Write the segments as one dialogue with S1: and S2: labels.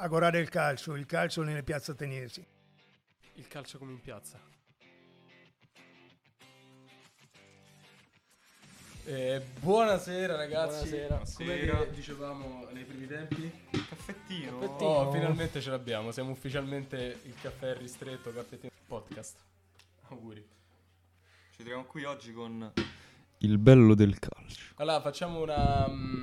S1: guardare il calcio nelle piazze ateniesi.
S2: Il calcio come in piazza. Buonasera ragazzi. Come che dicevamo nei primi tempi?
S3: Caffettino.
S2: Oh, finalmente ce l'abbiamo. Siamo ufficialmente il caffè ristretto, caffettino podcast. Auguri.
S3: Ci troviamo qui oggi con il bello del calcio.
S2: Allora, facciamo una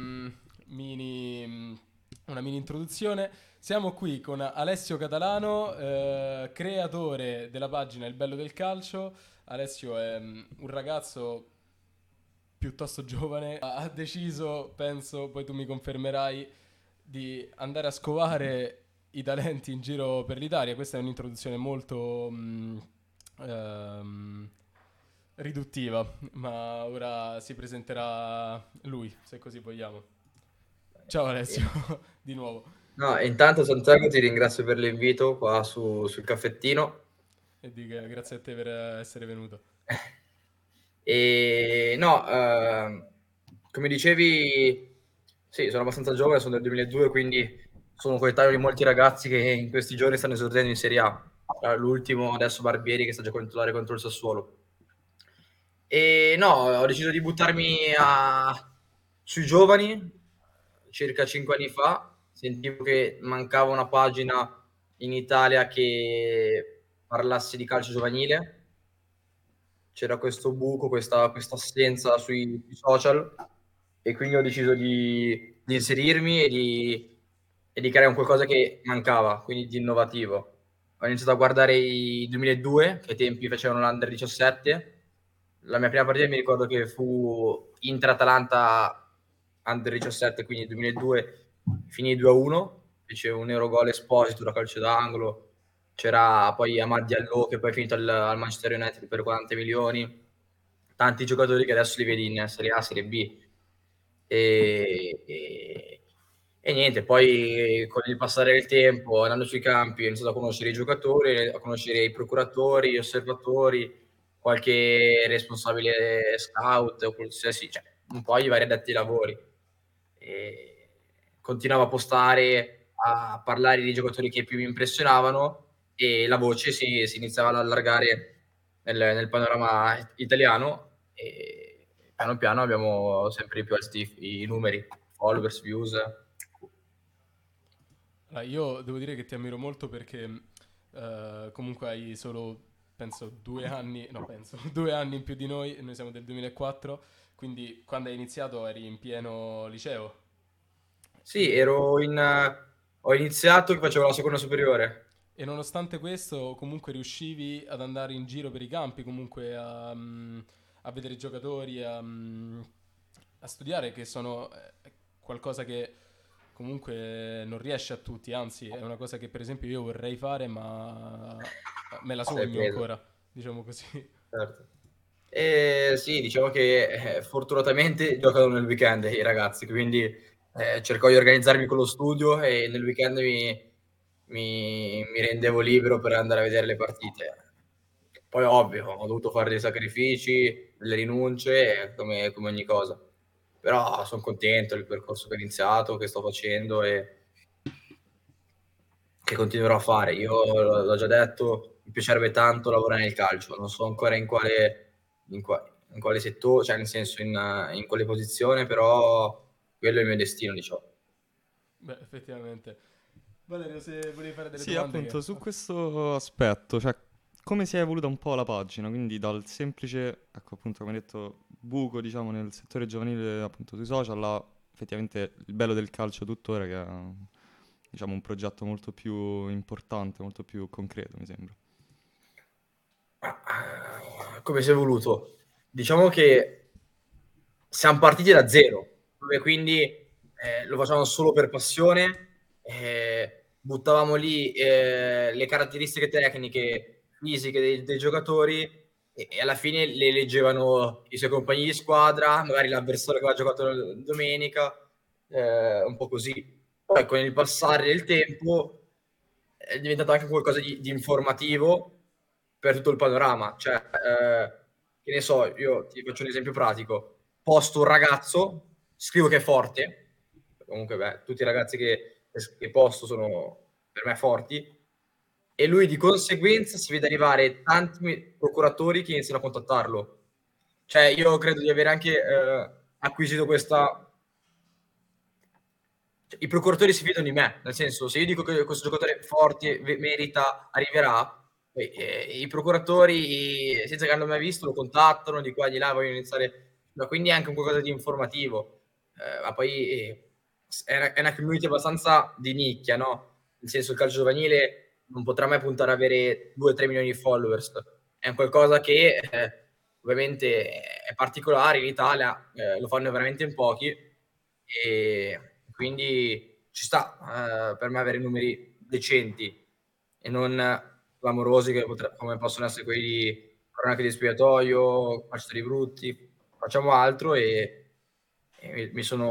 S2: mini introduzione. Siamo qui con Alessio Catalano, creatore della pagina Il Bello del Calcio. Alessio è un ragazzo piuttosto giovane, ha deciso, penso, poi tu mi confermerai, di andare a scovare i talenti in giro per l'Italia. Questa è un'introduzione molto riduttiva, ma ora si presenterà lui, se così vogliamo. Ciao Alessio, di nuovo.
S4: No, intanto Santiago ti ringrazio per l'invito qua sul caffettino.
S2: E grazie a te per essere venuto.
S4: E no, come dicevi, sì, sono abbastanza giovane, sono del 2002, quindi sono coetaneo di molti ragazzi che in questi giorni stanno esordendo in Serie A. L'ultimo adesso Barbieri che sta giocando titolare contro il Sassuolo. E no, ho deciso di buttarmi sui giovani circa 5 anni fa. Sentivo che mancava una pagina in Italia che parlasse di calcio giovanile. C'era questo buco, questa assenza sui social, e quindi ho deciso di inserirmi e di creare un qualcosa che mancava, quindi di innovativo. Ho iniziato a guardare i 2002, che ai tempi facevano l'Under 17. La mia prima partita mi ricordo che fu Inter-Atalanta Under 17, quindi 2002, finì 2-1, fece un Eurogol Esposito da calcio d'angolo. C'era poi Amad Diallo che poi è finito al Manchester United per 40 milioni. Tanti giocatori che adesso li vedi in Serie A, Serie B. E niente, poi con il passare del tempo, andando sui campi, ho iniziato a conoscere i giocatori, a conoscere i procuratori, gli osservatori, qualche responsabile scout o qualsiasi, cioè un po' i vari addetti ai lavori. E continuavo a postare, a parlare di giocatori che più mi impressionavano, e la voce si iniziava ad allargare nel panorama italiano, e piano piano abbiamo sempre più alti i numeri, followers, views.
S2: Allora, io devo dire che ti ammiro molto perché comunque hai solo, penso, 2 anni in più di noi. Noi siamo del 2004, quindi quando hai iniziato eri in pieno liceo.
S4: Sì, ho iniziato che facevo la seconda superiore.
S2: E nonostante questo comunque riuscivi ad andare in giro per i campi, comunque a vedere i giocatori, a studiare, che sono qualcosa che comunque non riesce a tutti, anzi è una cosa che per esempio io vorrei fare, ma me la sogno ancora, diciamo così.
S4: Certo. Sì, diciamo che fortunatamente giocano nel weekend i ragazzi, quindi cerco di organizzarmi con lo studio, e nel weekend mi rendevo libero per andare a vedere le partite. Poi ovvio, ho dovuto fare dei sacrifici, delle rinunce, come ogni cosa. Però sono contento del percorso che ho iniziato, che sto facendo e che continuerò a fare. Io l'ho già detto, mi piacerebbe tanto lavorare nel calcio, non so ancora in quale settore, cioè nel senso in quale posizione, però quello è il mio destino, diciamo.
S2: Beh, effettivamente. Valerio, se volevi fare delle
S3: Sì,
S2: domande...
S3: appunto, su questo aspetto, cioè come si è evoluta un po' la pagina, quindi dal semplice, ecco appunto come hai detto, buco diciamo nel settore giovanile appunto sui social, a effettivamente il bello del calcio tuttora, che è diciamo un progetto molto più importante, molto più concreto, mi sembra.
S4: Come si è evoluto? Diciamo che siamo partiti da zero, dove quindi lo facevamo solo per passione, buttavamo lì le caratteristiche tecniche, fisiche dei giocatori, e alla fine le leggevano i suoi compagni di squadra, magari l'avversario che aveva giocato domenica, un po' così. Poi con il passare del tempo è diventato anche qualcosa di informativo per tutto il panorama. Cioè, che ne so, io ti faccio un esempio pratico. Posto un ragazzo, scrivo che è forte. Comunque, tutti i ragazzi che posto sono per me forti, e lui di conseguenza si vede arrivare tanti procuratori che iniziano a contattarlo. Cioè, io credo di avere anche acquisito questa... Cioè, i procuratori si fidano di me, nel senso, se io dico che questo giocatore forte merita, arriverà, i procuratori, senza che abbiano mai visto, lo contattano di qua e di là, vogliono iniziare... No, quindi è anche un qualcosa di informativo. Ma poi è una community abbastanza di nicchia, no? Nel senso, il calcio giovanile non potrà mai puntare ad avere 2-3 milioni di followers. È un qualcosa che ovviamente è particolare in Italia, lo fanno veramente in pochi, e quindi ci sta per me avere numeri decenti e non clamorosi come possono essere quelli di cronache di spogliatoio, calciatori brutti. Facciamo altro e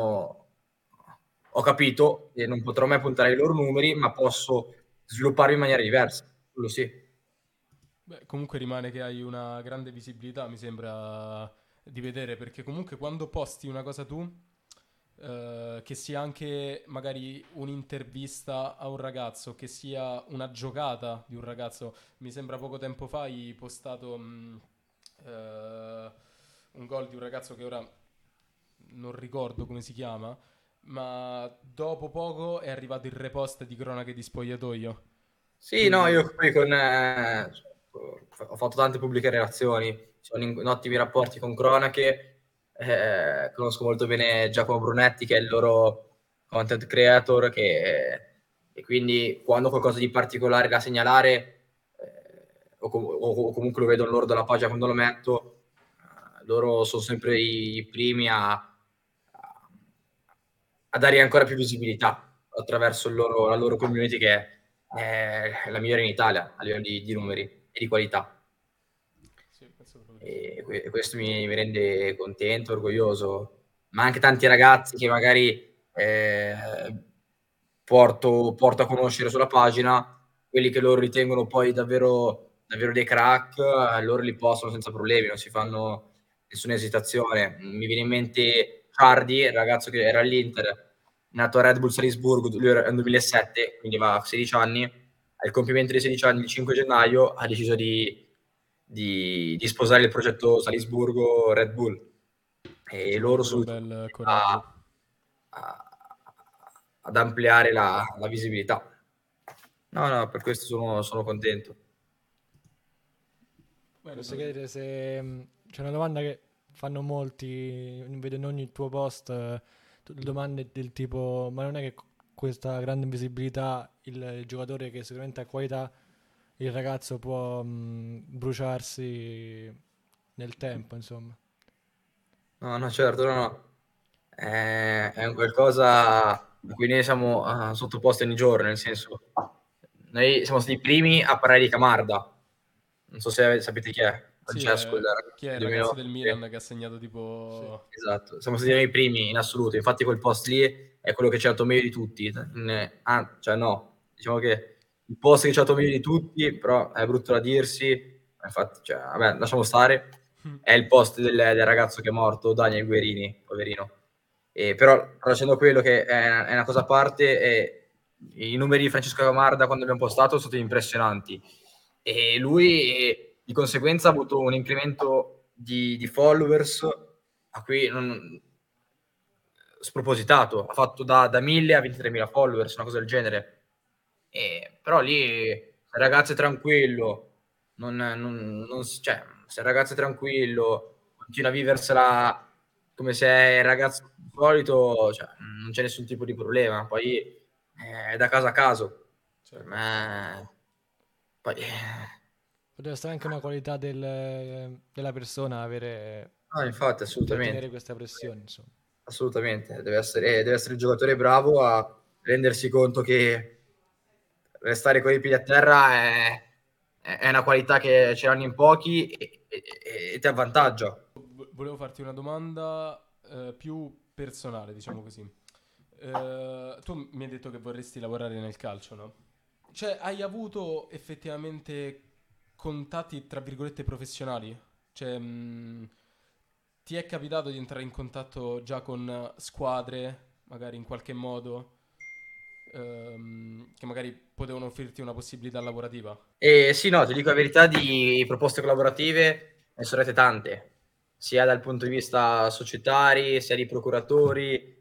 S4: ho capito che non potrò mai puntare ai loro numeri, ma posso svilupparmi in maniera diversa, quello sì.
S2: Beh, comunque rimane che hai una grande visibilità, mi sembra di vedere, perché comunque quando posti una cosa tu, che sia anche magari un'intervista a un ragazzo, che sia una giocata di un ragazzo, mi sembra poco tempo fa hai postato un gol di un ragazzo che ora non ricordo come si chiama, ma dopo poco è arrivato il repost di cronache di spogliatoio.
S4: Sì, no,
S2: Quindi
S4: io poi ho fatto tante pubbliche relazioni, sono in ottimi rapporti con cronache, conosco molto bene Giacomo Brunetti che è il loro content creator e quindi quando ho qualcosa di particolare da segnalare o comunque lo vedo loro dalla pagina quando lo metto, loro sono sempre i primi a dare ancora più visibilità attraverso la loro community che è la migliore in Italia a livello di numeri e di qualità.
S2: sì, penso proprio di sì.
S4: E questo mi rende contento, orgoglioso, ma anche tanti ragazzi che magari porto a conoscere sulla pagina, quelli che loro ritengono poi davvero, davvero dei crack, loro li possono senza problemi, non si fanno nessuna esitazione. Mi viene in mente Cardi, il ragazzo che era all'Inter, nato a Red Bull Salisburgo, lui era nel 2007, quindi va a 16 anni, al compimento dei 16 anni, il 5 gennaio, ha deciso di sposare il progetto Salisburgo Red Bull e loro
S2: Sicuro
S4: sono
S2: bel coraggio.
S4: a- ad ampliare la visibilità. No, no, per questo sono contento.
S2: Bene,
S5: Posso chiedere se c'è una domanda che fanno molti, vedo in ogni tuo post, domande del tipo, ma non è che questa grande visibilità il giocatore che sicuramente ha qualità, il ragazzo può bruciarsi nel tempo, insomma.
S4: No, no, certo, no, no. È un qualcosa a cui noi siamo sottoposti ogni giorno, nel senso, noi siamo stati i primi a parlare di Camarda. Non so se sapete chi è,
S2: sì,
S4: Francesco, il
S2: chi è il
S4: del
S2: ragazzo del
S4: 2008.
S2: Milan che ha segnato
S5: Sì.
S2: tipo...
S4: Esatto, siamo stati noi i primi in assoluto. Infatti, quel post lì è quello che ci ha dato meglio di tutti. Cioè, no, diciamo che il post che ci ha dato meglio di tutti, però è brutto da dirsi. Infatti, cioè, vabbè, lasciamo stare. È il post del ragazzo che è morto, Daniel Guerini, poverino. Però, facendo quello che è una cosa a parte, i numeri di Francesco Camarda quando abbiamo postato sono stati impressionanti. E lui, di conseguenza, ha avuto un incremento di followers a cui spropositato, ha fatto da 1000 a 23.000 followers, una cosa del genere. Però lì se il ragazzo è tranquillo, cioè, se il ragazzo è tranquillo, continua a viversela come se è il ragazzo solito, cioè, non c'è nessun tipo di problema. Poi è da caso a caso. Per
S2: Certo.
S4: me, poi,
S5: Potrebbe essere anche una qualità della persona avere,
S4: no, infatti,
S5: trattenere
S4: assolutamente.
S5: questa pressione, insomma.
S4: Assolutamente, deve essere il giocatore bravo a rendersi conto che restare con i piedi a terra è una qualità che ce l'hanno in pochi e ti avvantaggia.
S2: Volevo farti una domanda più personale, diciamo così. Tu mi hai detto che vorresti lavorare nel calcio, no? Cioè, hai avuto effettivamente contatti, tra virgolette, professionali? Cioè, ti è capitato di entrare in contatto già con squadre, magari in qualche modo? che magari potevano offrirti una possibilità lavorativa?
S4: Sì, no, ti dico la verità, di proposte collaborative ne sono state tante, sia dal punto di vista societari, sia di procuratori.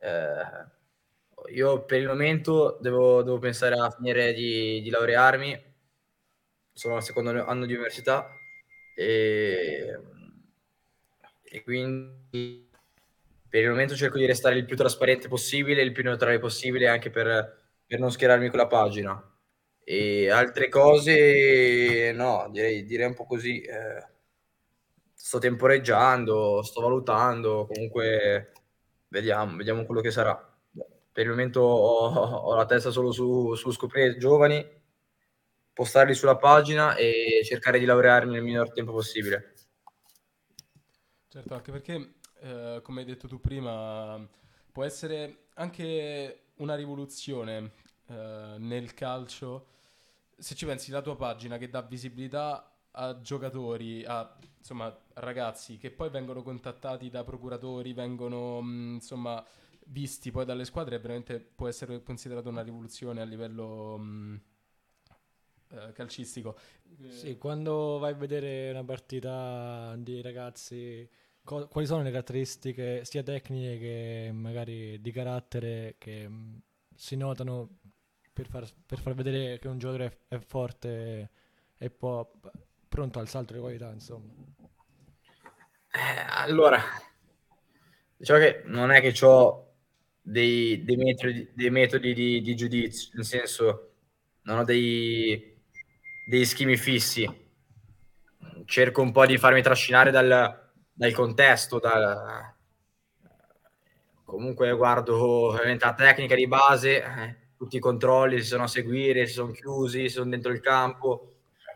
S4: Io per il momento devo pensare a finire di laurearmi, sono al secondo anno di università e, e quindi per il momento cerco di restare il più trasparente possibile, il più neutrale possibile, anche per non schierarmi con la pagina. E altre cose, no, direi un po' così. Sto temporeggiando, sto valutando, comunque vediamo quello che sarà. Per il momento ho la testa solo su scoprire giovani, postarli sulla pagina e cercare di laurearmi nel minor tempo possibile.
S2: Certo, anche perché, come hai detto tu prima, può essere anche una rivoluzione nel calcio. Se ci pensi, la tua pagina che dà visibilità a giocatori, a insomma ragazzi che poi vengono contattati da procuratori, vengono insomma visti poi dalle squadre, veramente può essere considerata una rivoluzione a livello calcistico.
S5: Sì, quando vai a vedere una partita di ragazzi, quali sono le caratteristiche sia tecniche che magari di carattere che si notano per far vedere che un giocatore è forte e pronto al salto di qualità, insomma.
S4: Allora, diciamo che non è che ho dei metodi di giudizio, nel senso, non ho dei schemi fissi. Cerco un po' di farmi trascinare dal contesto, comunque guardo ovviamente la tecnica di base, tutti i controlli, se sono a seguire, se sono chiusi, se sono dentro il campo.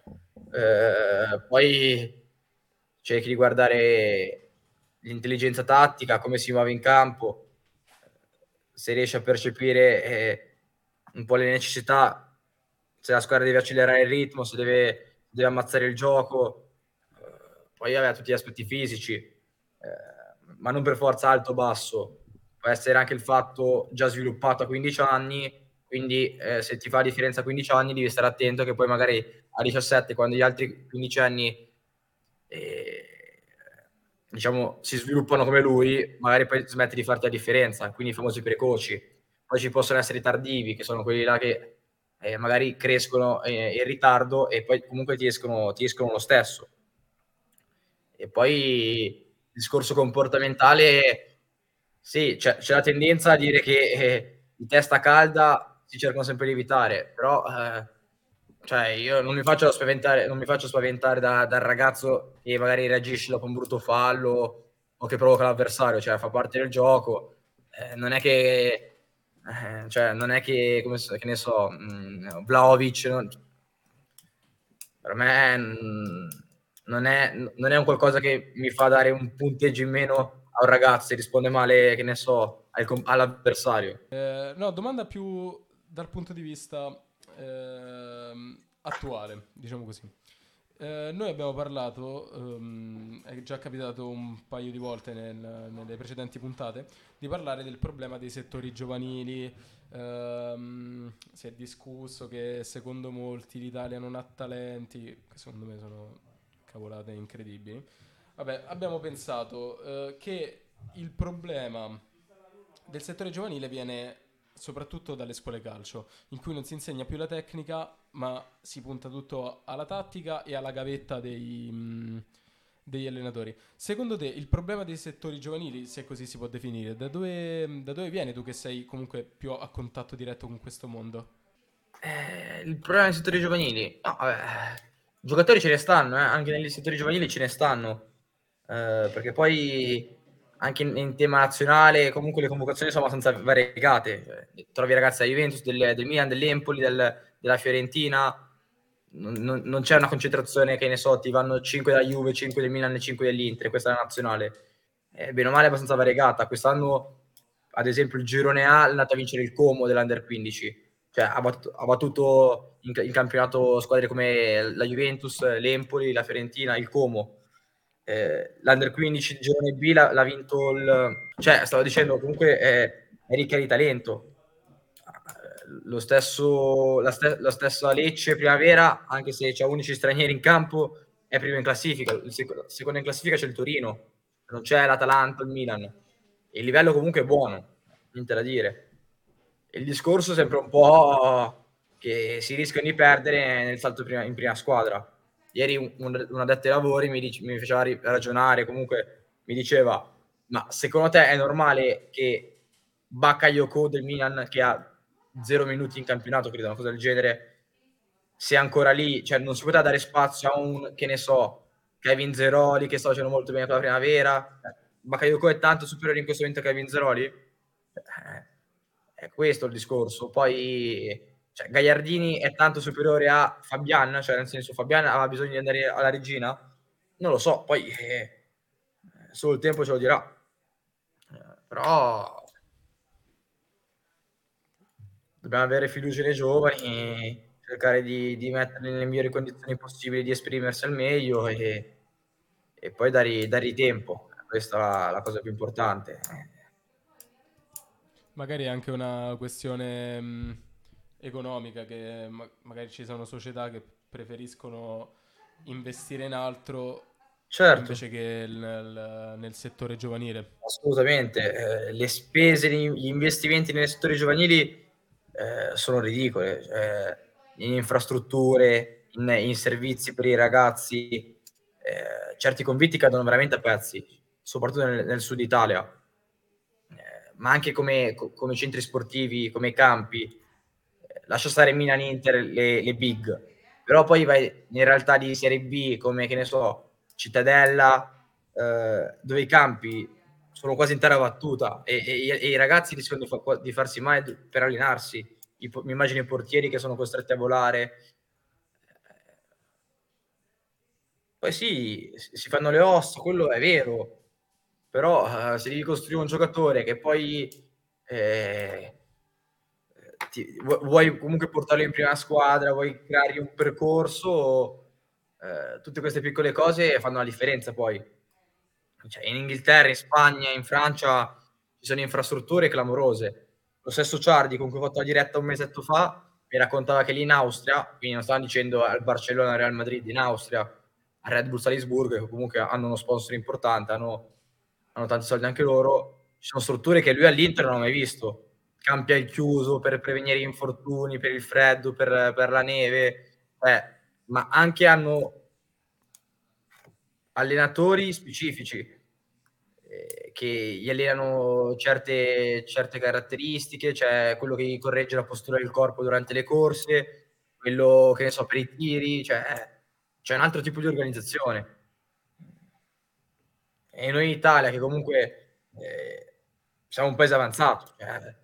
S4: Poi cerchi di guardare l'intelligenza tattica, come si muove in campo, se riesci a percepire un po' le necessità, se la squadra deve accelerare il ritmo, se deve ammazzare il gioco. Poi aveva tutti gli aspetti fisici, ma non per forza alto o basso. Può essere anche il fatto già sviluppato a 15 anni, quindi se ti fa la differenza a 15 anni devi stare attento che poi magari a 17, quando gli altri 15 anni diciamo si sviluppano come lui, magari poi smette di farti la differenza, quindi i famosi precoci. Poi ci possono essere i tardivi, che sono quelli là che magari crescono in ritardo e poi comunque ti escono lo stesso. E poi il discorso comportamentale, sì, c'è la tendenza a dire che di testa calda si cercano sempre di evitare, però cioè io non mi faccio spaventare dal ragazzo che magari reagisce dopo un brutto fallo o che provoca l'avversario, cioè fa parte del gioco. Non è che che ne so, Vlahovic per me non è un qualcosa che mi fa dare un punteggio in meno a un ragazzo se risponde male, che ne so, all'avversario.
S2: No, domanda più dal punto di vista attuale, diciamo così. Noi abbiamo parlato, è già capitato un paio di volte nelle precedenti puntate, di parlare del problema dei settori giovanili. Si è discusso che secondo molti l'Italia non ha talenti, che secondo me sono cavolate incredibili. Vabbè, abbiamo pensato che il problema del settore giovanile viene soprattutto dalle scuole calcio, in cui non si insegna più la tecnica, ma si punta tutto alla tattica e alla gavetta degli allenatori. Secondo te il problema dei settori giovanili, se così si può definire, da dove viene, tu che sei comunque più a contatto diretto con questo mondo?
S4: Il problema dei settori giovanili, no, giocatori ce ne stanno, anche negli settori giovanili ce ne stanno, perché poi anche in tema nazionale comunque le convocazioni sono abbastanza variegate. Trovi ragazzi della Juventus, del Milan, dell'Empoli, della Fiorentina, non c'è una concentrazione, che ne so, ti vanno 5 della Juve, 5 del Milan e 5 dell'Inter, questa è la nazionale. Bene o male è abbastanza variegata. Quest'anno, ad esempio, il girone A è andato a vincere il Como dell'Under 15, cioè ha battuto in campionato squadre come la Juventus, l'Empoli, la Fiorentina, il Como. L'Under 15 il girone B l'ha vinto cioè stavo dicendo comunque è ricca di talento. la stessa Lecce Primavera, anche se c'ha 11 stranieri in campo, è primo in classifica. Secondo in classifica c'è il Torino, non c'è l'Atalanta, il Milan. E il livello comunque è buono, niente da dire. Il discorso è sempre un po' che si rischiano di perdere nel salto in prima squadra. Ieri un addetto ai lavori mi faceva ragionare, comunque mi diceva: ma secondo te è normale che Bakayoko del Milan, che ha 0 minuti in campionato, credo, una cosa del genere, sia ancora lì? Cioè non si poteva dare spazio a un, che ne so, Kevin Zeroli, che sta facendo molto bene con la primavera? Bakayoko è tanto superiore in questo momento a Kevin Zeroli? È questo il discorso. Poi cioè, Gagliardini è tanto superiore a Fabian, cioè nel senso Fabian aveva bisogno di andare alla Regina? Non lo so, poi solo il tempo ce lo dirà. Però dobbiamo avere fiducia nei giovani, cercare di metterli nelle migliori condizioni possibili di esprimersi al meglio e poi dargli tempo. Questa è la cosa più importante.
S2: Magari è anche una questione economica, che magari ci sono società che preferiscono investire in altro
S4: Certo,
S2: invece che nel settore giovanile.
S4: assolutamente. Le spese, gli investimenti nei settori giovanili sono ridicole. In infrastrutture, in servizi per i ragazzi, certi convitti cadono veramente a pezzi, soprattutto nel sud Italia. Ma anche come centri sportivi, come campi. Lascia stare Milan, Inter, le big, però poi vai in realtà di Serie B come, che ne so, Cittadella, dove i campi sono quasi in terra battuta e i ragazzi rischiano di farsi male per allenarsi. Mi immagino i portieri che sono costretti a volare. Poi sì, si fanno le ossa, quello è vero, però se devi costruire un giocatore che poi vuoi comunque portarlo in prima squadra, vuoi creare un percorso, tutte queste piccole cose fanno la differenza poi. Cioè, in Inghilterra, in Spagna, in Francia ci sono infrastrutture clamorose. Lo stesso Ciardi, con cui ho fatto la diretta un mesetto fa, mi raccontava che lì in Austria, quindi non stavano dicendo al Barcellona, al Real Madrid, in Austria, a Red Bull Salisburgo, che comunque hanno uno sponsor importante, hanno tanti soldi anche loro, ci sono strutture che lui all'Inter non ha mai visto. Campi al chiuso per prevenire infortuni, per il freddo, per la neve, ma anche hanno allenatori specifici che gli allenano certe caratteristiche, c'è quello che gli corregge la postura del corpo durante le corse, quello che ne so per i tiri, cioè c'è un altro tipo di organizzazione. E noi in Italia, che comunque siamo un paese avanzato,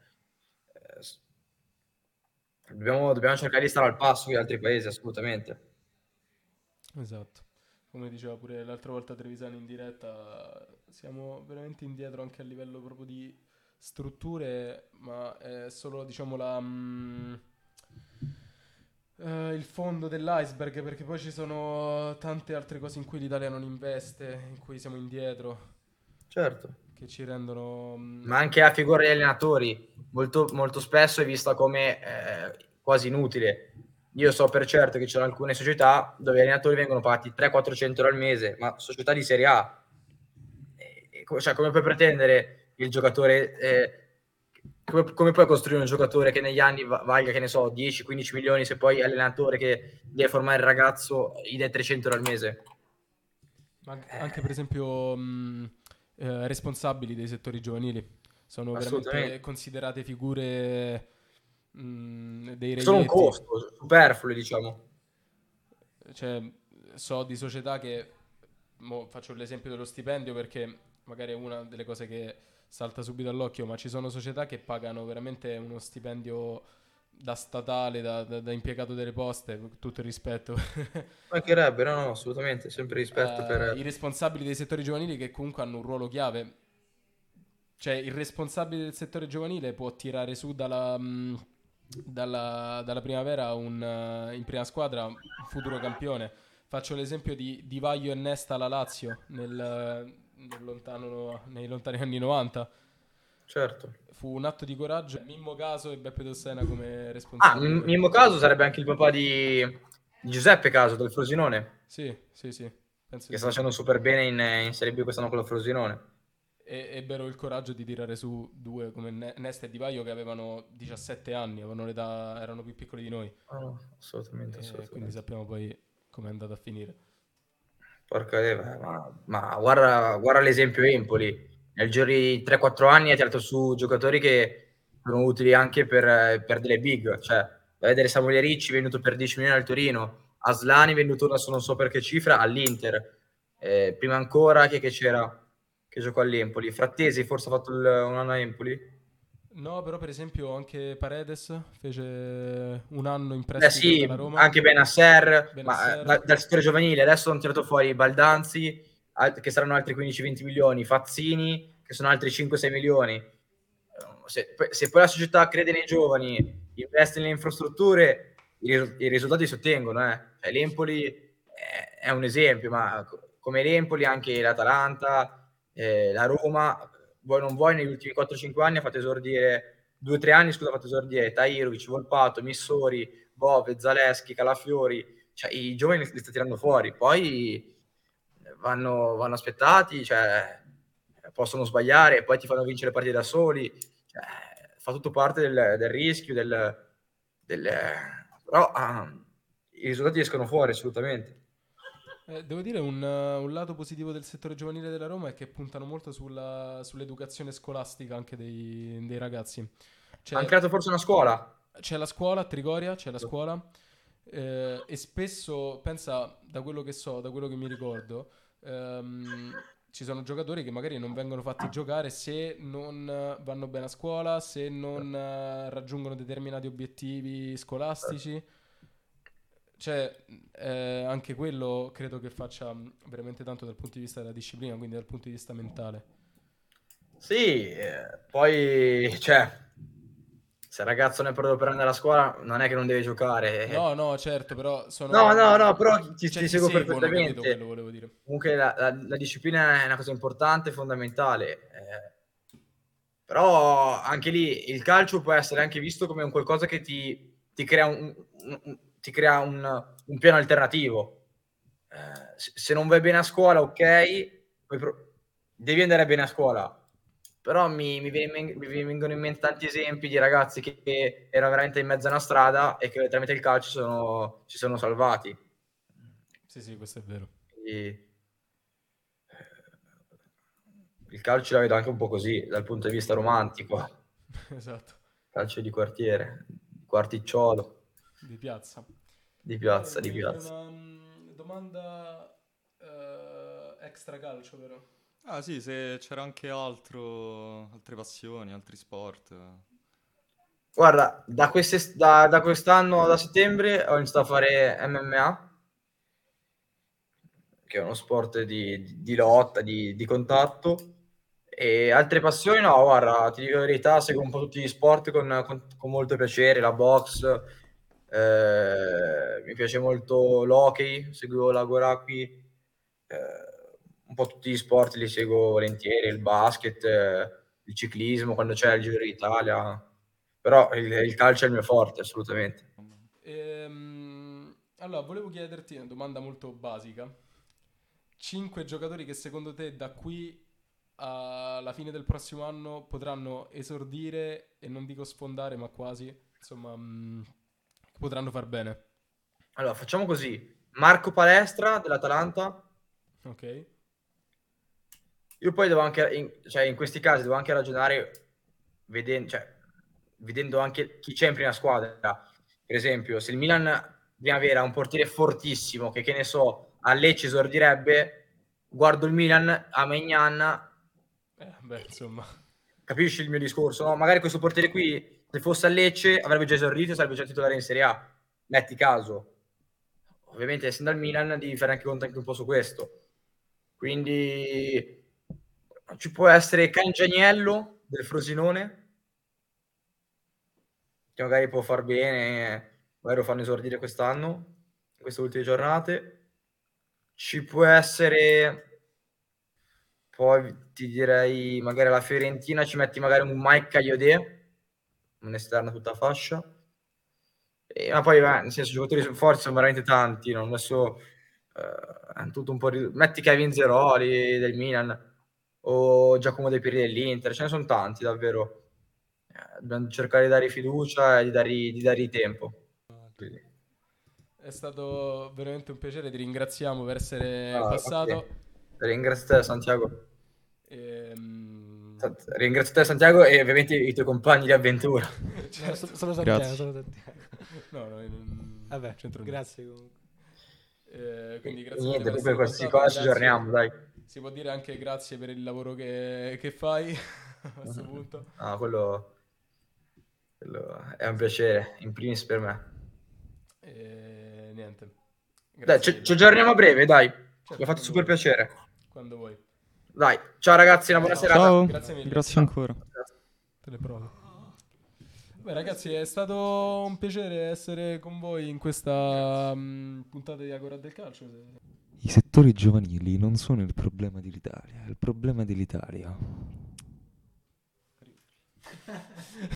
S4: dobbiamo cercare di stare al passo con gli altri paesi, assolutamente.
S2: Esatto. Come diceva pure l'altra volta Trevisani in diretta, siamo veramente indietro anche a livello proprio di strutture, ma è solo, diciamo, il fondo dell'iceberg, perché poi ci sono tante altre cose in cui l'Italia non investe, in cui siamo indietro,
S4: Certo.
S2: che ci rendono...
S4: Ma anche la figura degli allenatori molto, molto spesso è vista come quasi inutile. Io so per certo che ci sono alcune società dove gli allenatori vengono pagati 300-400 euro al mese, ma società di Serie A. Cioè, come puoi pretendere il giocatore... come puoi costruire un giocatore che negli anni valga, che ne so, 10-15 milioni, se poi allenatore che deve formare il ragazzo gli dai 300 euro al mese?
S2: Ma anche per esempio responsabili dei settori giovanili sono veramente considerate figure dei reietti.
S4: Sono un costo superfluo, diciamo.
S2: Cioè, so di società che faccio l'esempio dello stipendio perché magari è una delle cose che salta subito all'occhio, ma ci sono società che pagano veramente uno stipendio da statale, da impiegato delle poste, con tutto il rispetto.
S4: Mancherebbe, no, assolutamente, sempre rispetto per...
S2: I responsabili dei settori giovanili che comunque hanno un ruolo chiave. Cioè, il responsabile del settore giovanile può tirare su dalla primavera in prima squadra un futuro campione. Faccio l'esempio di Vaglio e Nesta alla Lazio nei lontani anni 90.
S4: certo.
S2: Fu un atto di coraggio. Mimmo Caso e Beppe Dossena come responsabili.
S4: Mimmo Caso sarebbe anche il papà di Giuseppe Caso del Frosinone,
S2: Sì, penso
S4: che
S2: di
S4: sta
S2: sì.
S4: facendo super bene in Serie B quest'anno con la Frosinone.
S2: E ebbero il coraggio di tirare su due come Nesta e Di Vaio che avevano 17 anni, avevano l'età, erano più piccoli di noi.
S4: Assolutamente,
S2: Quindi sappiamo poi come è andata a finire.
S4: Porca ma guarda l'esempio Empoli. Nel giro di 3-4 anni ha tirato su giocatori che sono utili anche per delle big. Cioè, vai a vedere Samuele Ricci venduto per 10 milioni al Torino, Aslani venduto adesso non so per che cifra all'Inter. Prima ancora chi è che c'era che giocò all'Empoli? Frattesi forse ha fatto un anno a Empoli?
S2: No, però per esempio anche Paredes fece un anno in prestito
S4: Sì,
S2: dalla Roma.
S4: anche Benasser, ma
S2: Benasser.
S4: dal settore giovanile adesso hanno tirato fuori Baldanzi, che saranno altri 15-20 milioni, Fazzini, che sono altri 5-6 milioni. Se poi la società crede nei giovani, investe nelle infrastrutture, i risultati si ottengono. Cioè, l'Empoli è un esempio, ma come l'Empoli anche l'Atalanta, la Roma, vuoi non vuoi, negli ultimi 4-5 anni ha fatto esordire 2-3 anni, scusa, ha fatto esordire Tahirovic, Volpato, Missori, Bove, Zaleschi, Calafiori, cioè i giovani li sta tirando fuori, poi vanno aspettati, cioè possono sbagliare e poi ti fanno vincere le partite da soli, cioè, fa tutto parte del rischio, però i risultati escono fuori assolutamente.
S2: Devo dire un lato positivo del settore giovanile della Roma è che puntano molto sull'educazione scolastica anche dei ragazzi.
S4: Hanno creato forse una scuola?
S2: C'è la scuola a Trigoria, c'è la scuola e spesso, pensa, da quello che so, da quello che mi ricordo, ci sono giocatori che magari non vengono fatti giocare se non vanno bene a scuola, se non raggiungono determinati obiettivi scolastici. Cioè, anche quello credo che faccia veramente tanto dal punto di vista della disciplina, quindi dal punto di vista mentale.
S4: Sì, poi, cioè, se il ragazzo non è pronto per andare a scuola, non è che non deve giocare.
S2: No, certo, però
S4: No, però ti
S2: cioè, ti
S4: seguo
S2: seguono, capito quello
S4: perfettamente.
S2: volevo dire.
S4: Comunque la disciplina è una cosa importante, fondamentale. Però anche lì il calcio può essere anche visto come un qualcosa che ti crea ti crea un piano alternativo. Se non vai bene a scuola, ok, devi andare bene a scuola. Però mi vengono in mente tanti esempi di ragazzi che erano veramente in mezzo a una strada e che tramite il calcio si sono salvati.
S2: Sì, questo è vero.
S4: Quindi, il calcio la vedo anche un po' così, dal punto di vista romantico.
S2: Esatto.
S4: Calcio di quartiere, quarticciolo,
S2: Di piazza.
S4: di piazza, di
S2: Volevi fare
S4: piazza.
S2: una domanda extra calcio, però.
S3: Ah sì, se c'era anche altre passioni, altri sport.
S4: Guarda, da quest'anno, da settembre, ho iniziato a fare MMA, che è uno sport di lotta, di contatto. E altre passioni, no, guarda, ti dico la verità, seguo un po' tutti gli sport con molto piacere, la box, mi piace molto l'hockey, seguo la Goraki, un po' tutti gli sport li seguo volentieri, il basket, il ciclismo, quando c'è il Giro d'Italia, però il calcio è il mio forte, assolutamente.
S2: Allora, volevo chiederti una domanda molto basica. 5 giocatori che secondo te da qui alla fine del prossimo anno potranno esordire e non dico sfondare, ma quasi, insomma, potranno far bene.
S4: Allora, facciamo così. Marco Palestra dell'Atalanta.
S2: Ok?
S4: Io poi devo anche, cioè in questi casi devo anche ragionare vedendo anche chi c'è in prima squadra. Per esempio, se il Milan Primavera ha un portiere fortissimo che ne so, a Lecce esordirebbe, guardo il Milan a Maignan,
S2: Insomma.
S4: capisci il mio discorso? No? Magari questo portiere qui, se fosse a Lecce, avrebbe già esordito e sarebbe già titolare in Serie A. Metti caso. Ovviamente, essendo al Milan, devi fare anche conto anche un po' su questo. Quindi ci può essere Cangianiello del Frosinone, che magari può far bene, magari lo fanno esordire quest'anno, in queste ultime giornate. Ci può essere Poi ti direi magari la Fiorentina ci metti magari un Mike Cagliodè, un esterno tutta fascia. Ma poi nel senso, i giocatori forti sono veramente tanti, no? Adesso è tutto un po' metti Kevin Zeroli del Milan o Giacomo De Pieri dell'Inter, ce ne sono tanti davvero. Dobbiamo cercare di dare fiducia e di dargli tempo. Quindi,
S2: È stato veramente un piacere, ti ringraziamo per essere
S4: ok.
S2: passato.
S4: Ringrazio te Santiago.
S2: Ehm,
S4: Ringrazio te Santiago e ovviamente i tuoi compagni di avventura.
S5: No,
S2: certo.
S5: solo Santiago,
S3: Grazie.
S5: solo Santiago.
S2: No, no, non
S5: Vabbè,
S2: c'entro niente.
S5: grazie comunque.
S2: Quindi grazie
S4: Niente,
S2: mille per
S4: poi per
S2: essere
S4: qualsiasi
S2: passato.
S4: cosa ci
S2: Grazie.
S4: aggiorniamo, dai.
S2: Si può dire anche grazie per il lavoro che fai a questo punto.
S4: No, quello è un piacere, in primis per me.
S2: E niente.
S4: Dai,
S2: Grazie
S4: ci aggiorniamo a breve, dai. Mi
S2: Certo,
S4: ha fatto
S2: quando
S4: super
S2: vuoi.
S4: piacere.
S2: Quando vuoi.
S4: Dai, ciao ragazzi, una buona
S2: Ciao.
S4: serata.
S3: Ciao,
S2: Grazie mille.
S3: grazie ancora.
S2: Te le provo. Beh ragazzi, è stato un piacere essere con voi in questa puntata di Agora del Calcio.
S3: I settori giovanili non sono il problema dell'Italia, è il problema dell'Italia.